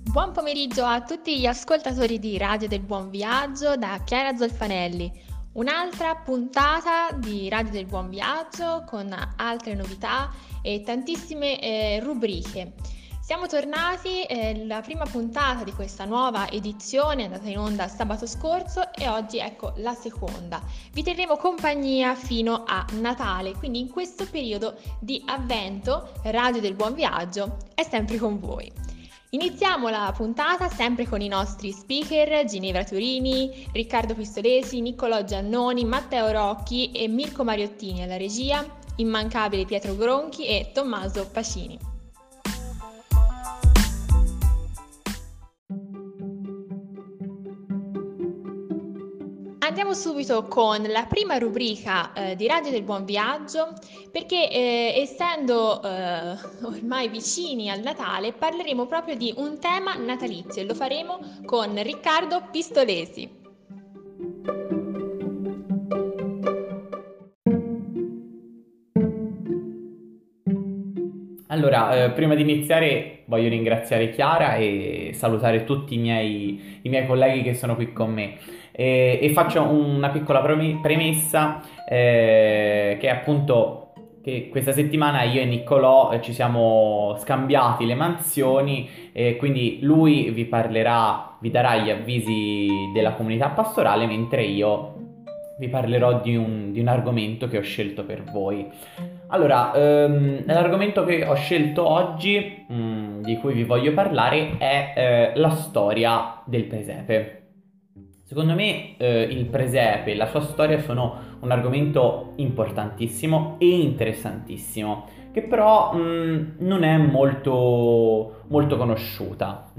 Buon pomeriggio a tutti gli ascoltatori di Radio del Buon Viaggio da Chiara Zolfanelli. Un'altra puntata di Radio del Buon Viaggio con altre novità e tantissime rubriche. Siamo tornati, la prima puntata di questa nuova edizione è andata in onda sabato scorso e oggi ecco la seconda. Vi terremo compagnia fino a Natale, quindi in questo periodo di avvento Radio del Buon Viaggio è sempre con voi. Iniziamo la puntata sempre con i nostri speaker Ginevra Turini, Riccardo Pistolesi, Niccolò Giannoni, Matteo Rocchi e Mirko Mariottini alla regia, immancabile Pietro Gronchi e Tommaso Pacini. Andiamo subito con la prima rubrica di Radio del Buon Viaggio perché essendo ormai vicini al Natale parleremo proprio di un tema natalizio e lo faremo con Riccardo Pistolesi. Allora, prima di iniziare voglio ringraziare Chiara e salutare tutti i miei colleghi che sono qui con me. E faccio una piccola premessa, che è appunto che questa settimana io e Niccolò ci siamo scambiati le mansioni e quindi lui vi darà gli avvisi della comunità pastorale, mentre io vi parlerò di un argomento che ho scelto per voi. Allora, l'argomento che ho scelto oggi, di cui vi voglio parlare, è la storia del presepe. Secondo me, il presepe e la sua storia sono un argomento importantissimo e interessantissimo, che però non è molto, molto conosciuta.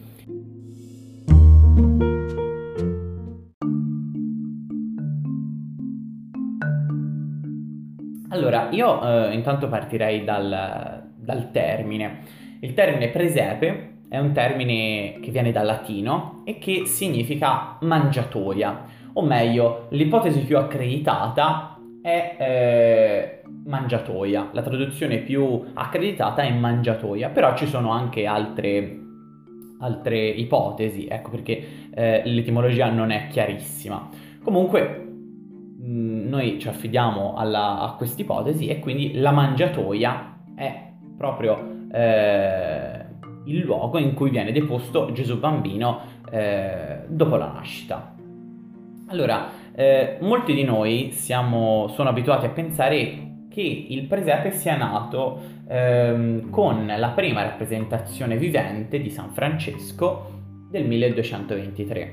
Allora, io intanto partirei dal termine. Il termine presepe è un termine che viene dal latino e che significa mangiatoia, o meglio, l'ipotesi più accreditata è mangiatoia. La traduzione più accreditata è mangiatoia, però ci sono anche altre ipotesi, ecco perché l'etimologia non è chiarissima. Comunque noi ci affidiamo a questa ipotesi e quindi la mangiatoia è proprio il luogo in cui viene deposto Gesù bambino dopo la nascita. Allora, molti di noi sono abituati a pensare che il presepe sia nato con la prima rappresentazione vivente di San Francesco del 1223.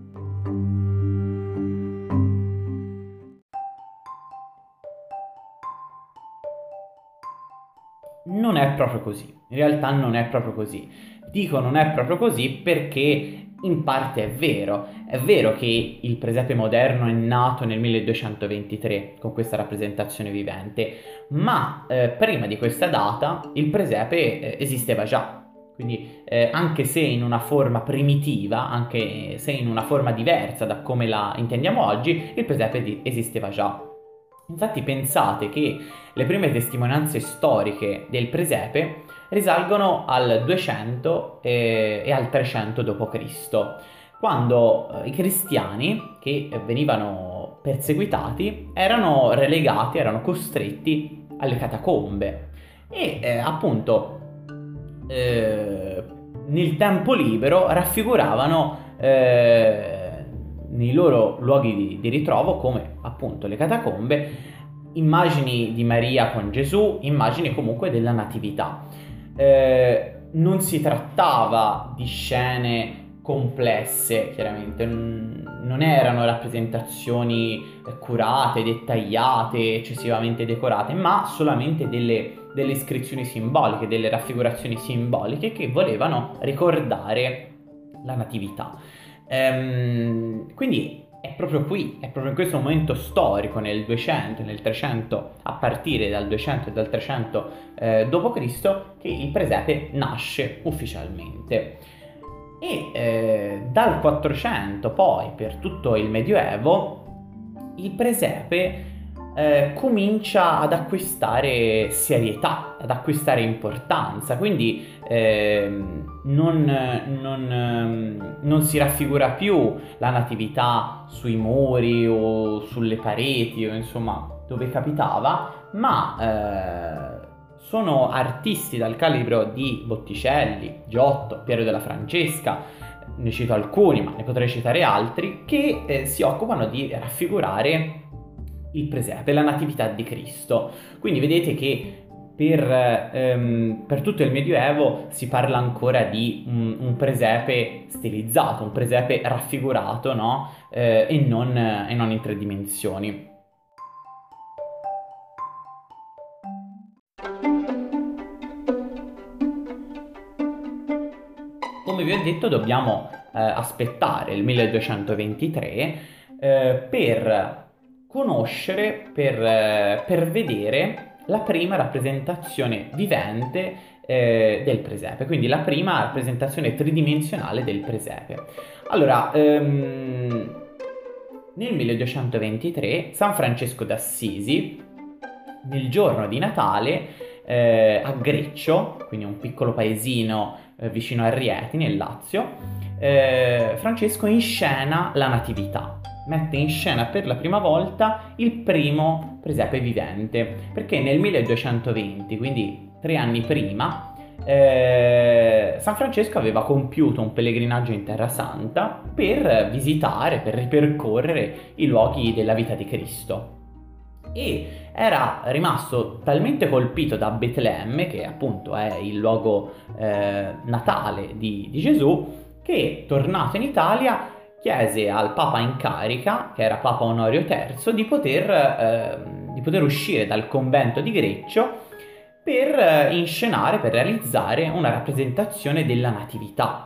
Non è proprio così, in realtà non è proprio così. Dico non è proprio così perché in parte è vero che il presepe moderno è nato nel 1223 con questa rappresentazione vivente, ma prima di questa data il presepe esisteva già, quindi anche se in una forma primitiva, anche se in una forma diversa da come la intendiamo oggi, il presepe esisteva già. Infatti pensate che le prime testimonianze storiche del presepe risalgono al 200 e al 300 d.C., quando i cristiani che venivano perseguitati erano relegati, erano costretti alle catacombe e appunto nel tempo libero raffiguravano nei loro luoghi di ritrovo, come appunto le catacombe, immagini di Maria con Gesù, immagini comunque della natività. Non si trattava di scene complesse, chiaramente, non erano rappresentazioni curate, dettagliate, eccessivamente decorate, ma solamente delle iscrizioni simboliche, delle raffigurazioni simboliche che volevano ricordare la natività. Quindi è proprio qui, è proprio in questo momento storico, nel 200, nel 300, a partire dal 200 e dal 300 d.C., che il presepe nasce ufficialmente. E dal 400 poi, per tutto il Medioevo, il presepe comincia ad acquistare serietà, ad acquistare importanza, quindi non si raffigura più la natività sui muri o sulle pareti o insomma dove capitava, ma sono artisti dal calibro di Botticelli, Giotto, Piero della Francesca, ne cito alcuni, ma ne potrei citare altri, che si occupano di raffigurare il presepe, la natività di Cristo. Quindi vedete che per tutto il Medioevo si parla ancora di un presepe stilizzato, un presepe raffigurato, no? E non in tre dimensioni. Come vi ho detto, dobbiamo aspettare il 1223 per conoscere, per vedere la prima rappresentazione vivente del presepe, quindi la prima rappresentazione tridimensionale del presepe. Allora, nel 1223 San Francesco d'Assisi, nel giorno di Natale, a Greccio, quindi un piccolo paesino vicino a Rieti, nel Lazio, Francesco inscena la Natività, mette in scena per la prima volta il primo presepe vivente, perché nel 1220, quindi 3 anni prima, San Francesco aveva compiuto un pellegrinaggio in Terra Santa per visitare, per ripercorrere i luoghi della vita di Cristo. E era rimasto talmente colpito da Betlemme, che appunto è il luogo natale di Gesù, che tornato in Italia chiese al Papa in carica, che era Papa Onorio III, di poter uscire dal convento di Greccio per inscenare, per realizzare una rappresentazione della Natività.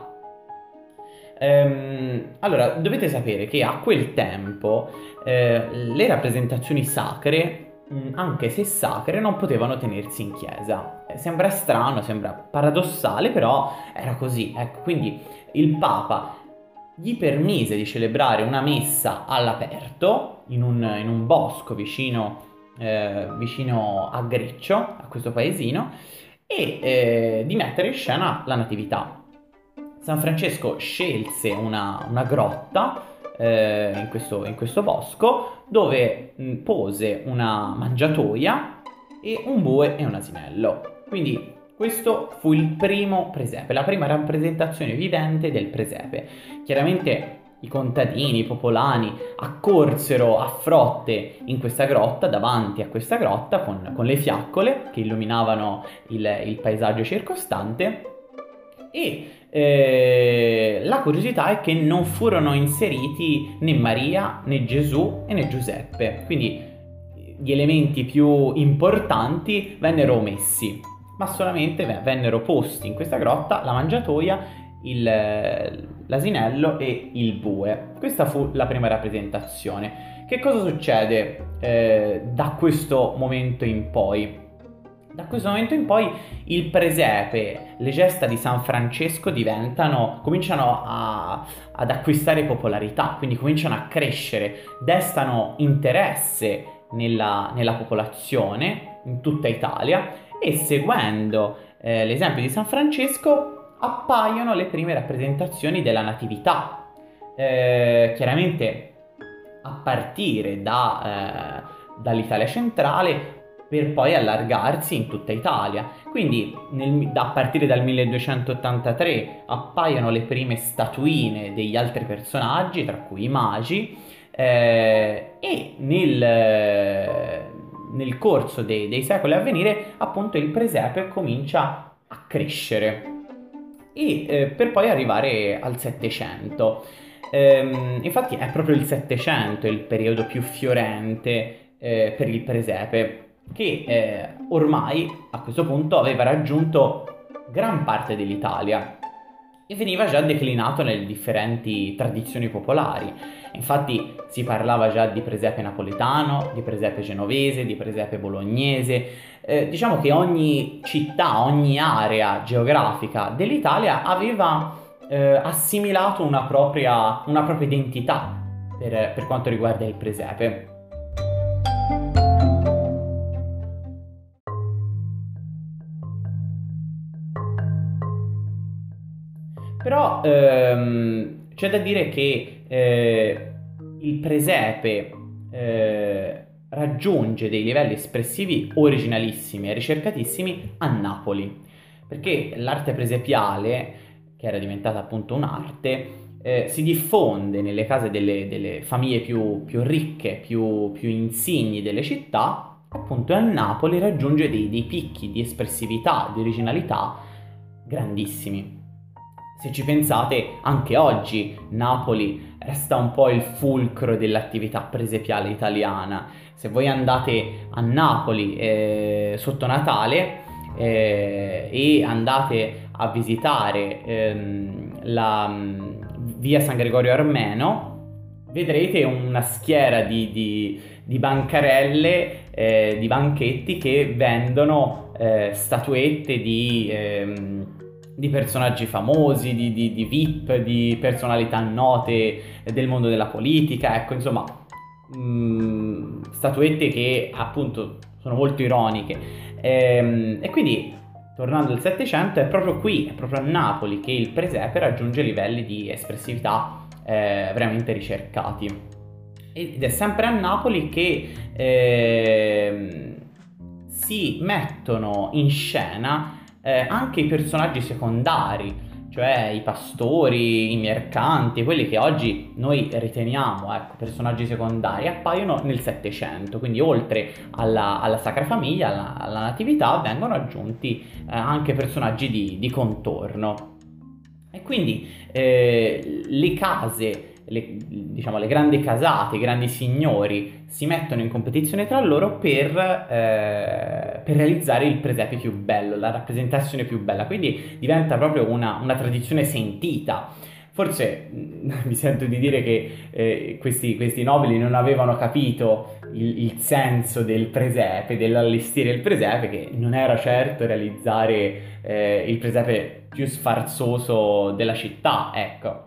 Allora, dovete sapere che a quel tempo le rappresentazioni sacre, anche se sacre, non potevano tenersi in chiesa. Sembra strano, sembra paradossale, però era così. Ecco, quindi il Papa gli permise di celebrare una messa all'aperto in un bosco vicino a Greccio, a questo paesino, e di mettere in scena la Natività. San Francesco scelse una grotta in questo bosco, dove pose una mangiatoia e un bue e un asinello. Quindi questo fu il primo presepe, la prima rappresentazione vivente del presepe. Chiaramente i contadini, i popolani accorsero a frotte in questa grotta, davanti a questa grotta, con le fiaccole che illuminavano il paesaggio circostante. E la curiosità è che non furono inseriti né Maria, né Gesù e né Giuseppe, quindi gli elementi più importanti vennero omessi, ma solamente vennero posti in questa grotta la mangiatoia, l'asinello e il bue. Questa fu la prima rappresentazione. Che cosa succede da questo momento in poi? Da questo momento in poi il presepe, le gesta di San Francesco cominciano ad acquistare popolarità, quindi cominciano a crescere, destano interesse nella popolazione in tutta Italia, e seguendo l'esempio di San Francesco appaiono le prime rappresentazioni della Natività. Chiaramente a partire dall'Italia centrale, per poi allargarsi in tutta Italia. Quindi a partire dal 1283 appaiono le prime statuine degli altri personaggi, tra cui i magi, e nel corso dei secoli a venire, appunto, il presepe comincia a crescere, e per poi arrivare al Settecento. Infatti è proprio il Settecento il periodo più fiorente per il presepe, che ormai a questo punto aveva raggiunto gran parte dell'Italia e veniva già declinato nelle differenti tradizioni popolari. Infatti si parlava già di presepe napoletano, di presepe genovese, di presepe bolognese. Diciamo che ogni città, ogni area geografica dell'Italia aveva assimilato una propria identità per quanto riguarda il presepe. Però c'è da dire che il presepe raggiunge dei livelli espressivi originalissimi e ricercatissimi a Napoli, perché l'arte presepiale, che era diventata appunto un'arte, si diffonde nelle case delle famiglie più ricche, più insigni delle città, appunto, e a Napoli raggiunge dei picchi di espressività, di originalità grandissimi. Se ci pensate, anche oggi Napoli resta un po' il fulcro dell'attività presepiale italiana. Se voi andate a Napoli sotto Natale e andate a visitare la via San Gregorio Armeno, vedrete una schiera di bancarelle, di banchetti che vendono statuette di personaggi famosi, di VIP, di personalità note del mondo della politica, ecco, insomma, statuette che appunto sono molto ironiche. E quindi, tornando al Settecento, è proprio qui, è proprio a Napoli che il presepe raggiunge livelli di espressività veramente ricercati. Ed è sempre a Napoli che si mettono in scena anche i personaggi secondari, cioè i pastori, i mercanti, quelli che oggi noi riteniamo, ecco, personaggi secondari, appaiono nel Settecento. Quindi oltre alla Sacra Famiglia, alla Natività, vengono aggiunti anche personaggi di contorno. E quindi le case, diciamo, le grandi casate, i grandi signori si mettono in competizione tra loro per realizzare il presepe più bello, la rappresentazione più bella. Quindi diventa proprio una tradizione sentita. Forse mi sento di dire che questi nobili non avevano capito il senso del presepe, dell'allestire il presepe, che non era certo realizzare il presepe più sfarzoso della città, ecco.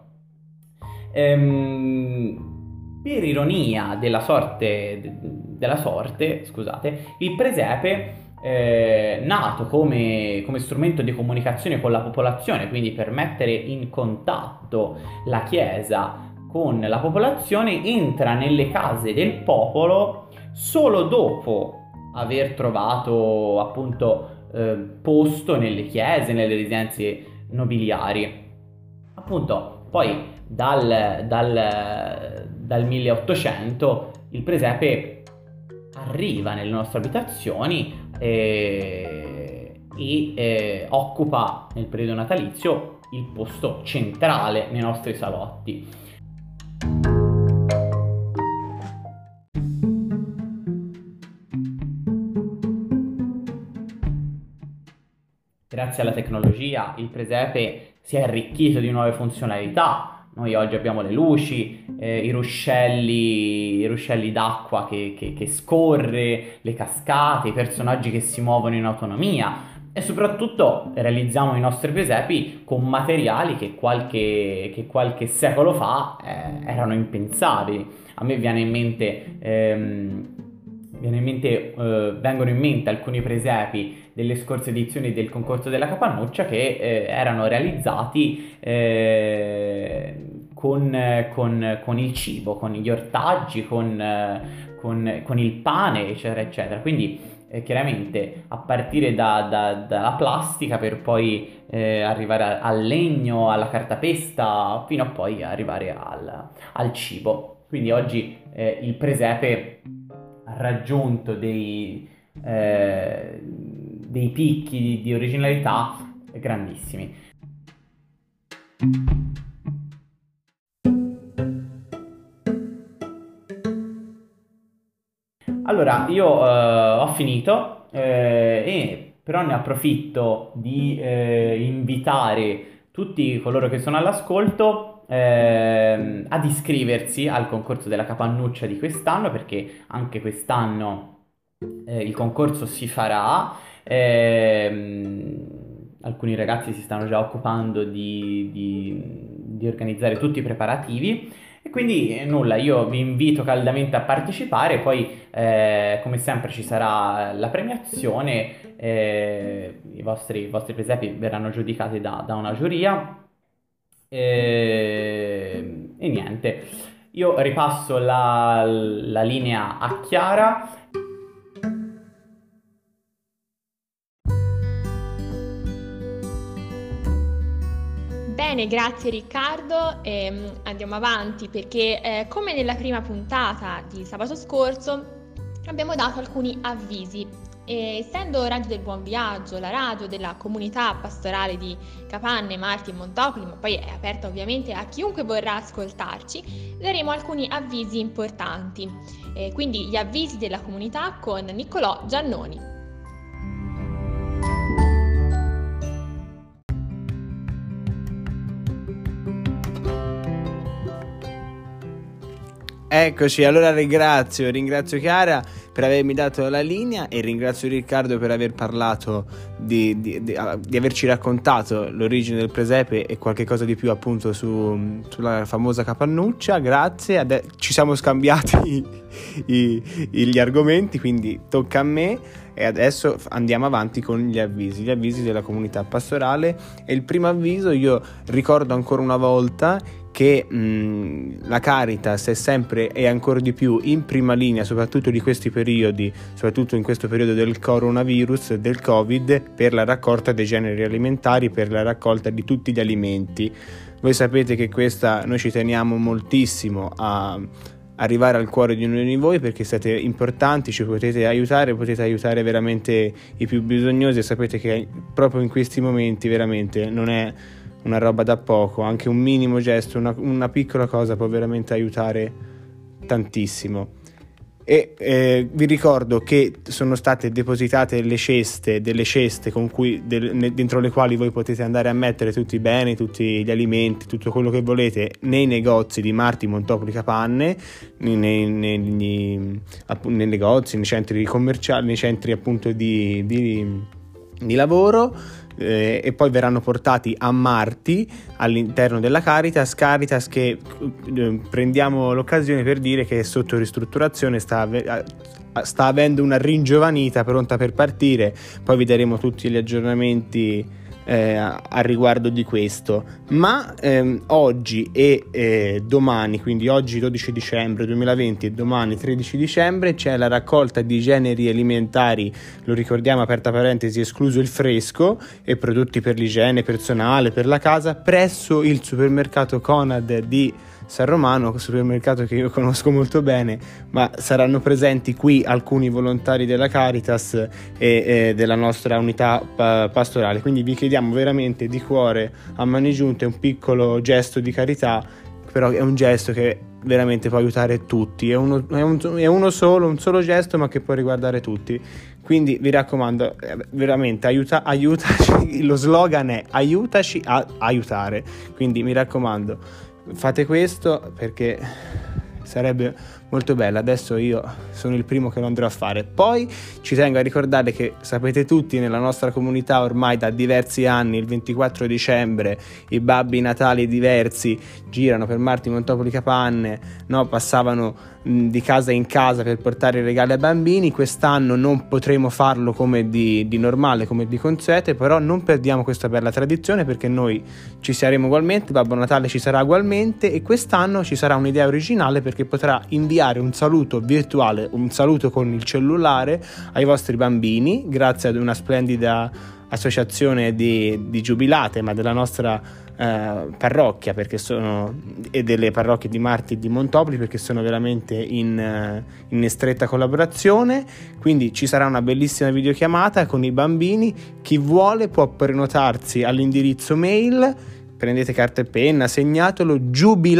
Per ironia della sorte, scusate, il presepe, nato come strumento di comunicazione con la popolazione, quindi per mettere in contatto la Chiesa con la popolazione, entra nelle case del popolo solo dopo aver trovato appunto posto nelle chiese, nelle residenze nobiliari. Appunto, poi dal 1800 il presepe arriva nelle nostre abitazioni e occupa nel periodo natalizio il posto centrale nei nostri salotti. Grazie alla tecnologia il presepe si è arricchito di nuove funzionalità. Noi oggi abbiamo le luci, i ruscelli d'acqua che scorre, le cascate, i personaggi che si muovono in autonomia e soprattutto realizziamo i nostri presepi con materiali che qualche secolo fa erano impensabili. A me vengono in mente alcuni presepi delle scorse edizioni del concorso della Capannoccia che erano realizzati con il cibo, con gli ortaggi, con il pane, eccetera, eccetera. Quindi chiaramente a partire dalla plastica per poi arrivare al legno, alla cartapesta, fino a poi arrivare al cibo. Quindi oggi il presepe ha raggiunto dei picchi di originalità grandissimi. Allora, io ho finito e però ne approfitto di invitare tutti coloro che sono all'ascolto ad iscriversi al concorso della Capannuccia di quest'anno, perché anche quest'anno il concorso si farà. Alcuni ragazzi si stanno già occupando di organizzare tutti i preparativi. E quindi nulla, io vi invito caldamente a partecipare, poi come sempre ci sarà la premiazione, i vostri presepi verranno giudicati da una giuria E niente, io ripasso la linea a Chiara. Bene, grazie Riccardo. Andiamo avanti perché come nella prima puntata di sabato scorso abbiamo dato alcuni avvisi. Essendo Radio del Buon Viaggio, la radio della comunità pastorale di Capanne, Marti e Montopoli, ma poi è aperta ovviamente a chiunque vorrà ascoltarci, daremo alcuni avvisi importanti. Quindi gli avvisi della comunità con Niccolò Giannoni. Eccoci, allora ringrazio Chiara per avermi dato la linea e ringrazio Riccardo per aver parlato di averci raccontato l'origine del presepe e qualche cosa di più appunto sulla famosa capannuccia. Grazie, ci siamo scambiati gli argomenti, quindi tocca a me e adesso andiamo avanti con gli avvisi della comunità pastorale. E il primo avviso, io ricordo ancora una volta che la Caritas è sempre e ancora di più in prima linea, soprattutto di questi periodi, soprattutto in questo periodo del coronavirus, del Covid, per la raccolta dei generi alimentari, per la raccolta di tutti gli alimenti. Voi sapete che noi ci teniamo moltissimo a arrivare al cuore di ognuno di voi, perché siete importanti, ci potete aiutare veramente i più bisognosi, e sapete che proprio in questi momenti veramente non è una roba da poco, anche un minimo gesto, una piccola cosa può veramente aiutare tantissimo. E vi ricordo che sono state depositate delle ceste dentro le quali voi potete andare a mettere tutti i beni, tutti gli alimenti, tutto quello che volete nei negozi di Marti, Montopoli, Capanne, nei negozi, nei centri commerciali, nei centri appunto di lavoro. E poi verranno portati a Marti all'interno della Caritas che prendiamo l'occasione per dire che è sotto ristrutturazione, sta avendo una ringiovanita pronta per partire. Poi vi daremo tutti gli aggiornamenti a riguardo di questo, ma oggi e domani, quindi oggi 12 dicembre 2020 e domani 13 dicembre c'è la raccolta di generi alimentari, lo ricordiamo, aperta parentesi, escluso il fresco, e prodotti per l'igiene personale, per la casa, presso il supermercato Conad di San Romano, supermercato che io conosco molto bene, ma saranno presenti qui alcuni volontari della Caritas e della nostra unità pastorale, quindi vi chiediamo veramente di cuore, a mani giunte, un piccolo gesto di carità, però è un gesto che veramente può aiutare tutti, è un solo gesto, ma che può riguardare tutti. Quindi vi raccomando, veramente aiutaci, lo slogan è aiutaci a aiutare, quindi mi raccomando, fate questo perché sarebbe molto bello. Adesso io sono il primo che lo andrò a fare. Poi ci tengo a ricordare che sapete tutti, nella nostra comunità ormai da diversi anni, il 24 dicembre i babbi natali diversi girano per Marti, Montopoli, Capanne, passavano di casa in casa per portare i regali ai bambini. Quest'anno non potremo farlo come di normale, come di consueto, però non perdiamo questa bella tradizione, perché noi ci saremo ugualmente, Babbo Natale ci sarà ugualmente, e quest'anno ci sarà un'idea originale, perché potrà inviare un saluto virtuale, un saluto con il cellulare ai vostri bambini, grazie ad una splendida associazione di giubilate, ma della nostra parrocchia, e delle parrocchie di Marti e di Montopoli, perché sono veramente in stretta collaborazione. Quindi ci sarà una bellissima videochiamata con i bambini. Chi vuole può prenotarsi all'indirizzo mail, prendete carta e penna, segnatelo,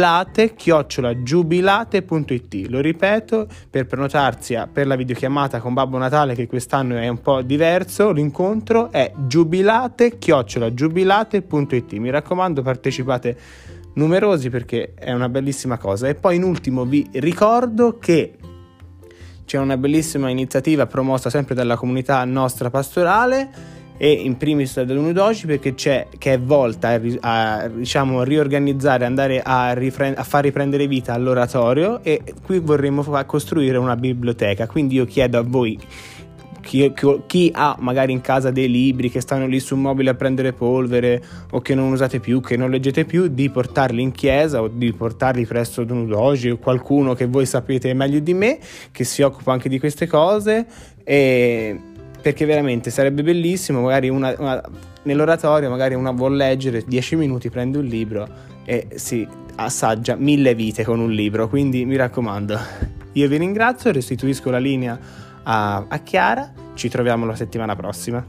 giubilate@giubilate.it. Lo ripeto, per prenotarsi per la videochiamata con Babbo Natale, che quest'anno è un po' diverso, l'incontro è giubilate@giubilate.it. Mi raccomando, partecipate numerosi, perché è una bellissima cosa. E poi in ultimo vi ricordo che c'è una bellissima iniziativa promossa sempre dalla comunità nostra pastorale, e in primis dell'Unidoci, perché che è volta a riorganizzare, andare a far riprendere vita all'oratorio, e qui vorremmo costruire una biblioteca. Quindi io chiedo a voi, chi ha magari in casa dei libri che stanno lì su un mobile a prendere polvere o che non usate più, che non leggete più, di portarli in chiesa o di portarli presso ad un doge o qualcuno che voi sapete meglio di me, che si occupa anche di queste cose, perché veramente sarebbe bellissimo. Magari nell'oratorio magari una vuol leggere 10 minuti, prende un libro e si assaggia 1000 vite con un libro. Quindi mi raccomando, io vi ringrazio, restituisco la linea a Chiara, ci troviamo la settimana prossima.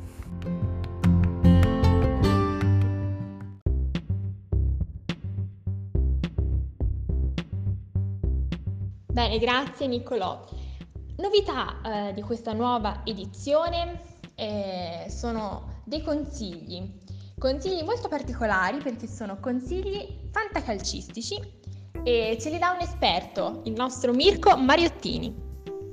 Bene, grazie Niccolò. Novità di questa nuova edizione sono dei consigli molto particolari, perché sono consigli fantacalcistici e ce li dà un esperto, il nostro Mirko Mariottini.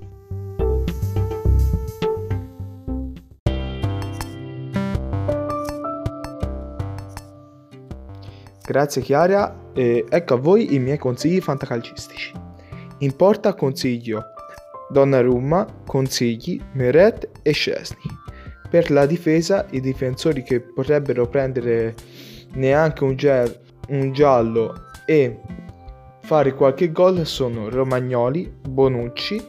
Grazie Chiara, e ecco a voi i miei consigli fantacalcistici. In porta consiglio Donnarumma, consigli Meret e Szczesny. Per la difesa i difensori che potrebbero prendere neanche un giallo e fare qualche gol sono Romagnoli, Bonucci,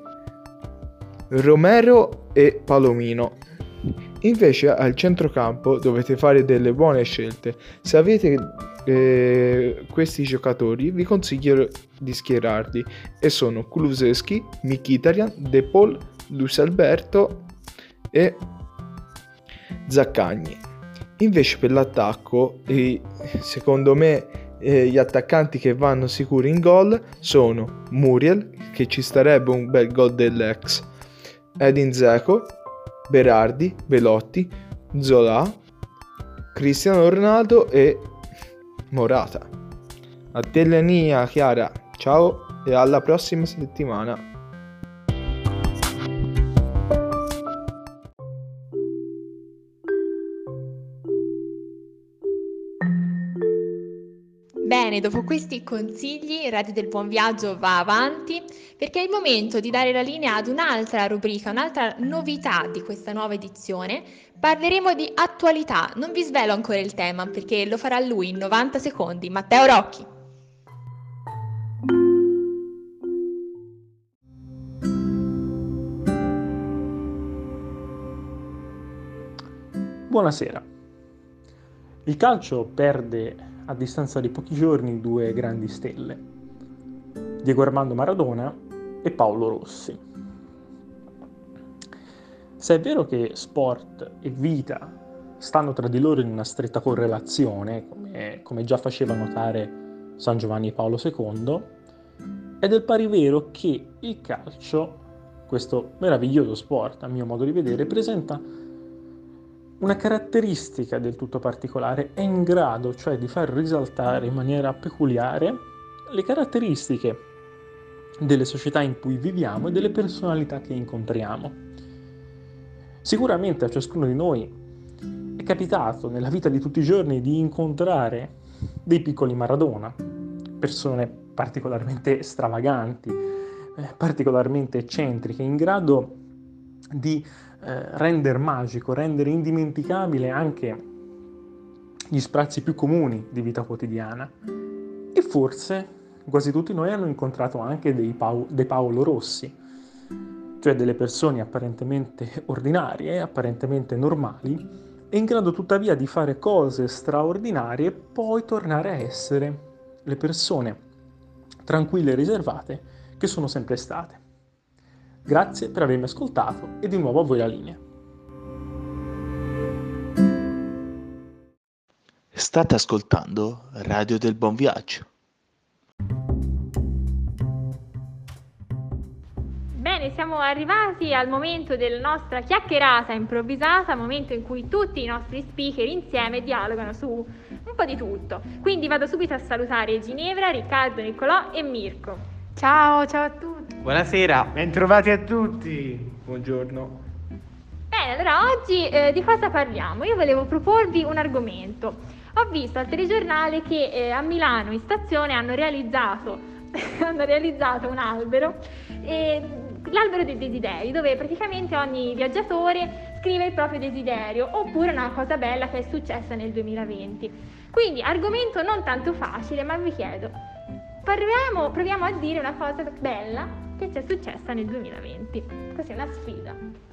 Romero e Palomino. Invece al centrocampo dovete fare delle buone scelte. Se avete questi giocatori vi consiglio di schierarli, e sono Kulusevski, Mkhitaryan, De Paul, Luis Alberto e Zaccagni. Invece per l'attacco, secondo me gli attaccanti che vanno sicuri in gol sono Muriel, che ci starebbe un bel gol dell'ex, Edin Dzeko, Berardi, Belotti, Zola, Cristiano Ronaldo e Morata. A te linea Chiara, ciao e alla prossima settimana. Bene, dopo questi consigli, Radio del Buon Viaggio va avanti, perché è il momento di dare la linea ad un'altra rubrica, un'altra novità di questa nuova edizione. Parleremo di attualità. Non vi svelo ancora il tema, perché lo farà lui in 90 secondi, Matteo Rocchi. Buonasera. Il calcio perde a distanza di pochi giorni due grandi stelle, Diego Armando Maradona e Paolo Rossi. Se è vero che sport e vita stanno tra di loro in una stretta correlazione, come già faceva notare San Giovanni Paolo II, è del pari vero che il calcio, questo meraviglioso sport a mio modo di vedere, presenta una caratteristica del tutto particolare, è in grado cioè di far risaltare in maniera peculiare le caratteristiche delle società in cui viviamo e delle personalità che incontriamo. Sicuramente a ciascuno di noi è capitato nella vita di tutti i giorni di incontrare dei piccoli Maradona, persone particolarmente stravaganti, particolarmente eccentriche, in grado di rendere magico, rendere indimenticabile anche gli sprazzi più comuni di vita quotidiana. E forse quasi tutti noi hanno incontrato anche dei Paolo Rossi, cioè delle persone apparentemente ordinarie, apparentemente normali, e in grado tuttavia di fare cose straordinarie e poi tornare a essere le persone tranquille e riservate che sono sempre state. Grazie per avermi ascoltato e di nuovo a voi la linea. State ascoltando Radio del Buon Viaggio. Bene, siamo arrivati al momento della nostra chiacchierata improvvisata, momento in cui tutti i nostri speaker insieme dialogano su un po' di tutto. Quindi vado subito a salutare Ginevra, Riccardo, Niccolò e Mirko. Ciao a tutti. Buonasera. Bentrovati a tutti. Buongiorno. Bene, allora oggi di cosa parliamo? Io volevo proporvi un argomento. Ho visto al telegiornale che a Milano in stazione hanno realizzato un albero, e l'albero dei desideri, dove praticamente ogni viaggiatore scrive il proprio desiderio, oppure una cosa bella che è successa nel 2020. Quindi argomento non tanto facile, ma vi chiedo, proviamo a dire una cosa bella che ci è successa nel 2020. Così è una sfida.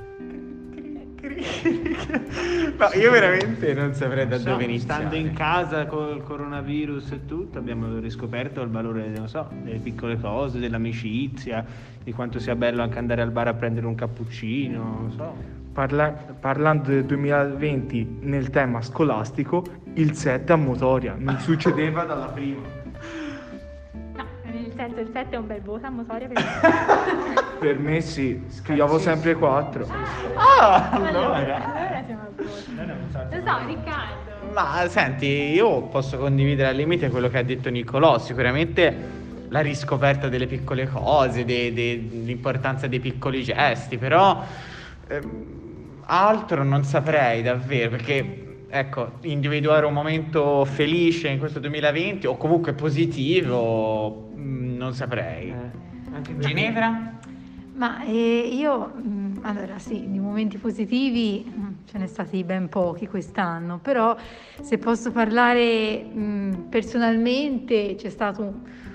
No, io veramente non saprei da dove iniziare. Stando in casa col coronavirus e tutto, abbiamo riscoperto il valore, non so, delle piccole cose, dell'amicizia, di quanto sia bello anche andare al bar a prendere un cappuccino, non so. Parlando del 2020 nel tema scolastico, il 7 a motoria non succedeva dalla prima. No, nel senso il 7 è un bel voto a motoria per Per me sì, scriviamo sempre 4. allora siamo a voto. Lo so, Riccardo. Ma senti, io posso condividere al limite quello che ha detto Nicolò, sicuramente la riscoperta delle piccole cose, l'importanza dei piccoli gesti, però altro non saprei davvero, perché ecco, individuare un momento felice in questo 2020 o comunque positivo, non saprei. Ginevra? Ma io, allora sì, di momenti positivi ce ne stati ben pochi quest'anno, però se posso parlare personalmente c'è stato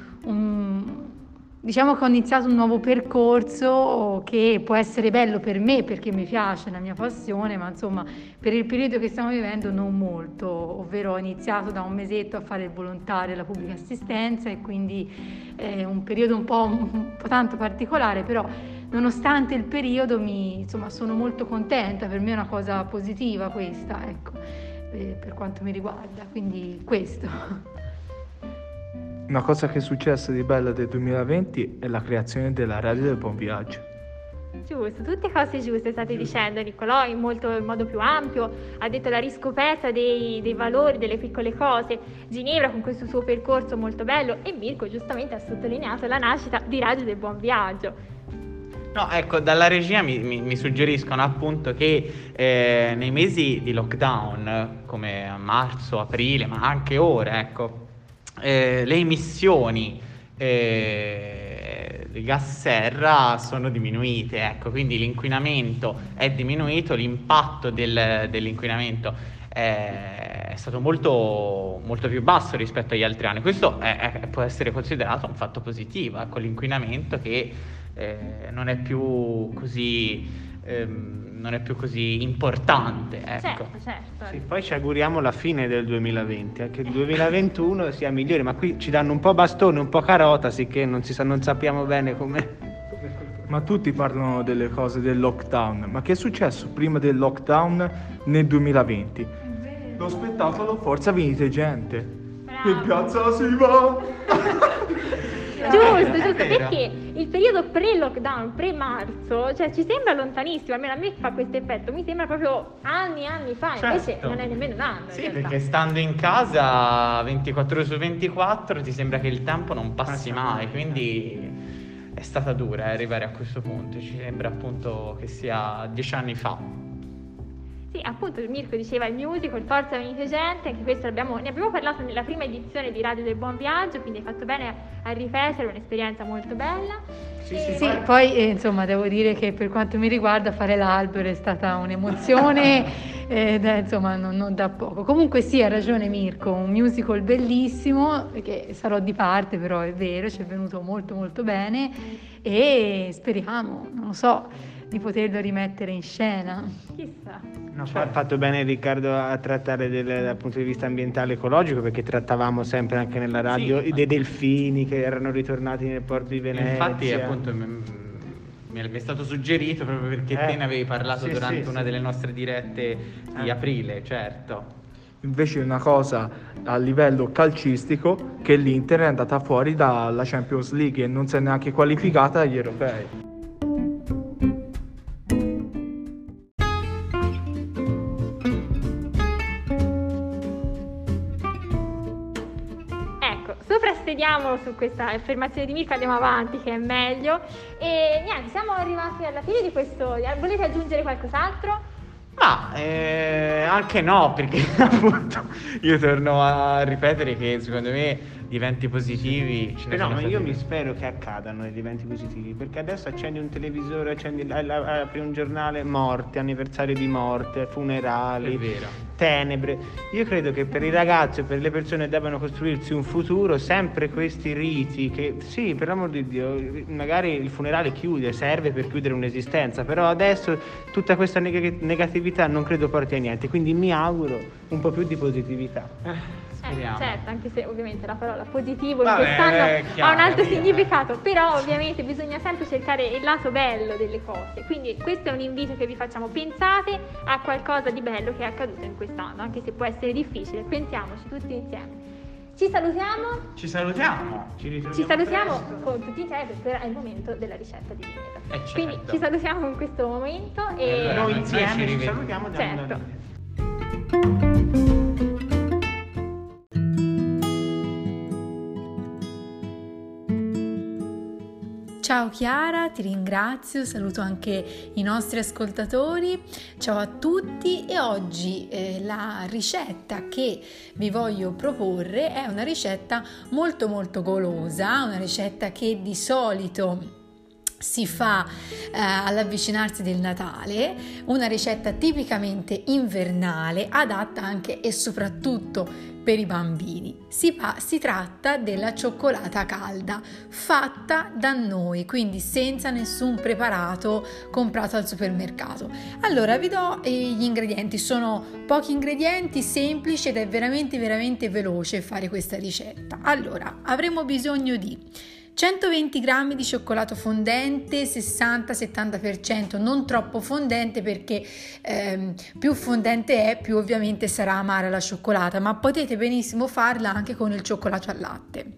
diciamo che ho iniziato un nuovo percorso che può essere bello per me perché mi piace, è la mia passione, ma insomma per il periodo che stiamo vivendo non molto, ovvero ho iniziato da un mesetto a fare il volontario alla pubblica assistenza e quindi è un periodo un po' tanto particolare, però nonostante il periodo insomma, sono molto contenta, per me è una cosa positiva questa, ecco, per quanto mi riguarda, quindi questo. Una cosa che è successa di bella del 2020 è la creazione della Radio del Buon Viaggio. Giusto, tutte cose giuste state dicendo, Nicolò, in modo più ampio, ha detto la riscoperta dei valori, delle piccole cose, Ginevra con questo suo percorso molto bello e Mirko giustamente ha sottolineato la nascita di Radio del Buon Viaggio. No, ecco, dalla regia mi suggeriscono appunto che nei mesi di lockdown, come a marzo, aprile, ma anche ora, ecco, le emissioni di gas serra sono diminuite, ecco, quindi l'inquinamento è diminuito, l'impatto dell'inquinamento è stato molto, molto più basso rispetto agli altri anni. Questo può essere considerato un fatto positivo, ecco, l'inquinamento che non è più così importante, ecco. Certo. Sì, poi ci auguriamo la fine del 2020, che il 2021 sia migliore, ma qui ci danno un po' bastone, un po' carota, sicché non sappiamo bene come. Ma tutti parlano delle cose del lockdown, ma che è successo prima del lockdown nel 2020? Lo spettacolo Forza Venite Gente. Bravo. In piazza si va! Giusto, perché il periodo pre-lockdown, pre-marzo, cioè ci sembra lontanissimo, almeno a me fa questo effetto, mi sembra proprio anni fa, invece Certo. non è nemmeno un anno. Sì, in realtà. perché stando in casa 24 ore su 24 ti sembra che il tempo non passi mai, quindi è stata dura arrivare a questo punto, ci sembra appunto che sia 10 anni fa. Sì, appunto Mirko diceva il musical Forza Venite Gente, anche questo ne abbiamo parlato nella prima edizione di Radio del Buon Viaggio, quindi hai fatto bene a ripetere, un'esperienza molto bella. Sì, poi insomma devo dire che per quanto mi riguarda fare l'albero è stata un'emozione insomma non da poco. Comunque sì, ha ragione Mirko, un musical bellissimo, che sarò di parte però è vero, ci è venuto molto molto bene e speriamo, non lo so, di poterlo rimettere in scena. Chissà. No, ha fatto bene Riccardo a trattare dal punto di vista ambientale e ecologico, perché trattavamo sempre anche nella radio dei delfini che erano ritornati nel porto di Venezia. Infatti appunto mi è stato suggerito proprio perché te ne avevi parlato durante una delle nostre dirette di aprile, certo. Invece una cosa a livello calcistico, che l'Inter è andata fuori dalla Champions League e non si è neanche qualificata agli europei. Soprassediamo su questa affermazione di Mirko, andiamo avanti che è meglio e niente, siamo arrivati alla fine di questo. Volete aggiungere qualcos'altro? Ma anche no, perché appunto io torno a ripetere che secondo me gli eventi positivi ce ne Però sono ma io stati. mi spero che accadano gli eventi positivi, perché adesso accendi un televisore, apri un giornale, morte, anniversario di morte, funerali, È vero. tenebre. Io credo che per i ragazzi e per le persone debbano costruirsi un futuro sempre questi riti che sì, per l'amor di Dio, magari il funerale chiude, serve per chiudere un'esistenza, però adesso tutta questa negatività non credo porti a niente, quindi mi auguro un po' più di positività. Speriamo. Certo, anche se ovviamente la parola positivo in Vabbè, quest'anno è chiaro, ha un altro via. significato, però ovviamente bisogna sempre cercare il lato bello delle cose, quindi questo è un invito che vi facciamo: pensate a qualcosa di bello che è accaduto in quest'anno, anche se può essere difficile, pensiamoci tutti insieme. Ci salutiamo, Ci salutiamo, ci ritroviamo ci salutiamo presto. con tutti insieme perché ora è il momento della ricetta di Ginevra. Certo. Quindi ci salutiamo in questo momento e Allora, Noi ci insieme ci rivediamo. salutiamo e diamo Certo. una linea. Ciao Chiara, ti ringrazio, saluto anche i nostri ascoltatori, ciao a tutti e oggi la ricetta che vi voglio proporre è una ricetta molto golosa, una ricetta che di solito si fa all'avvicinarsi del Natale, una ricetta tipicamente invernale, adatta anche e soprattutto per i bambini. Si tratta della cioccolata calda, fatta da noi, quindi senza nessun preparato comprato al supermercato. Allora vi do gli ingredienti, sono pochi ingredienti, semplici ed è veramente veloce fare questa ricetta. Allora, avremo bisogno di 120 g di cioccolato fondente, 60-70%, non troppo fondente perché più fondente è, più ovviamente sarà amara la cioccolata, ma potete benissimo farla anche con il cioccolato al latte.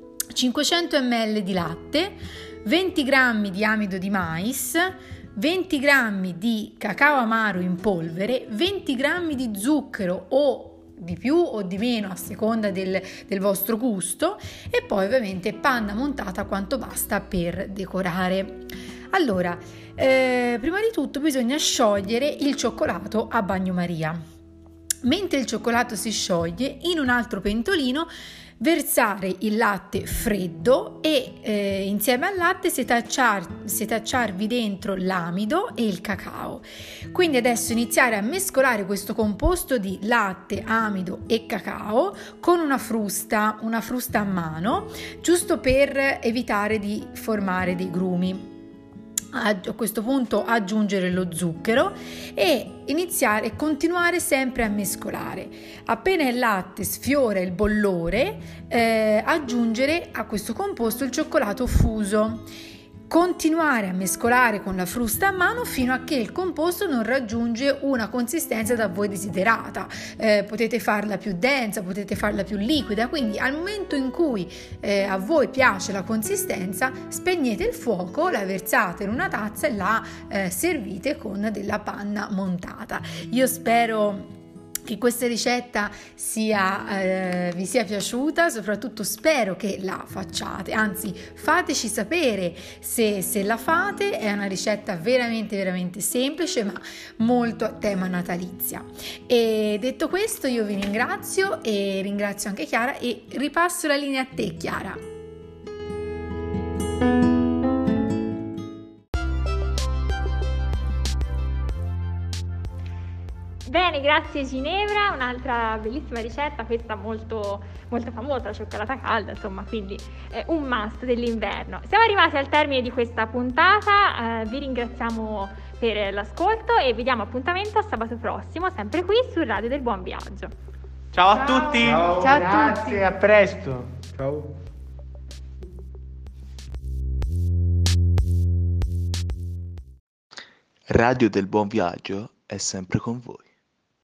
500 ml di latte, 20 g di amido di mais, 20 g di cacao amaro in polvere, 20 g di zucchero o di più o di meno a seconda del vostro gusto, e poi ovviamente panna montata quanto basta per decorare. Allora, prima di tutto bisogna sciogliere il cioccolato a bagnomaria. Mentre il cioccolato si scioglie, in un altro pentolino versare il latte freddo e insieme al latte setacciarvi dentro l'amido e il cacao. Quindi adesso iniziare a mescolare questo composto di latte, amido e cacao con una frusta a mano, giusto per evitare di formare dei grumi. A questo punto aggiungere lo zucchero e continuare sempre a mescolare. Appena il latte sfiora il bollore, aggiungere a questo composto il cioccolato fuso. Continuare a mescolare con la frusta a mano fino a che il composto non raggiunge una consistenza da voi desiderata. Potete farla più densa, potete farla più liquida, quindi al momento in cui a voi piace la consistenza, spegnete il fuoco, la versate in una tazza e la servite con della panna montata. Io spero che questa ricetta vi sia piaciuta, soprattutto spero che la facciate, anzi fateci sapere se la fate. È una ricetta veramente semplice ma molto a tema natalizia. E detto questo, io vi ringrazio e ringrazio anche Chiara e ripasso la linea a te, Chiara. Bene, grazie Ginevra, un'altra bellissima ricetta, questa molto famosa, la cioccolata calda, insomma, quindi un must dell'inverno. Siamo arrivati al termine di questa puntata, vi ringraziamo per l'ascolto e vi diamo appuntamento a sabato prossimo, sempre qui su Radio del Buon Viaggio. Ciao a tutti. Ciao a Grazie, tutti. a presto. Ciao. Radio del Buon Viaggio è sempre con voi.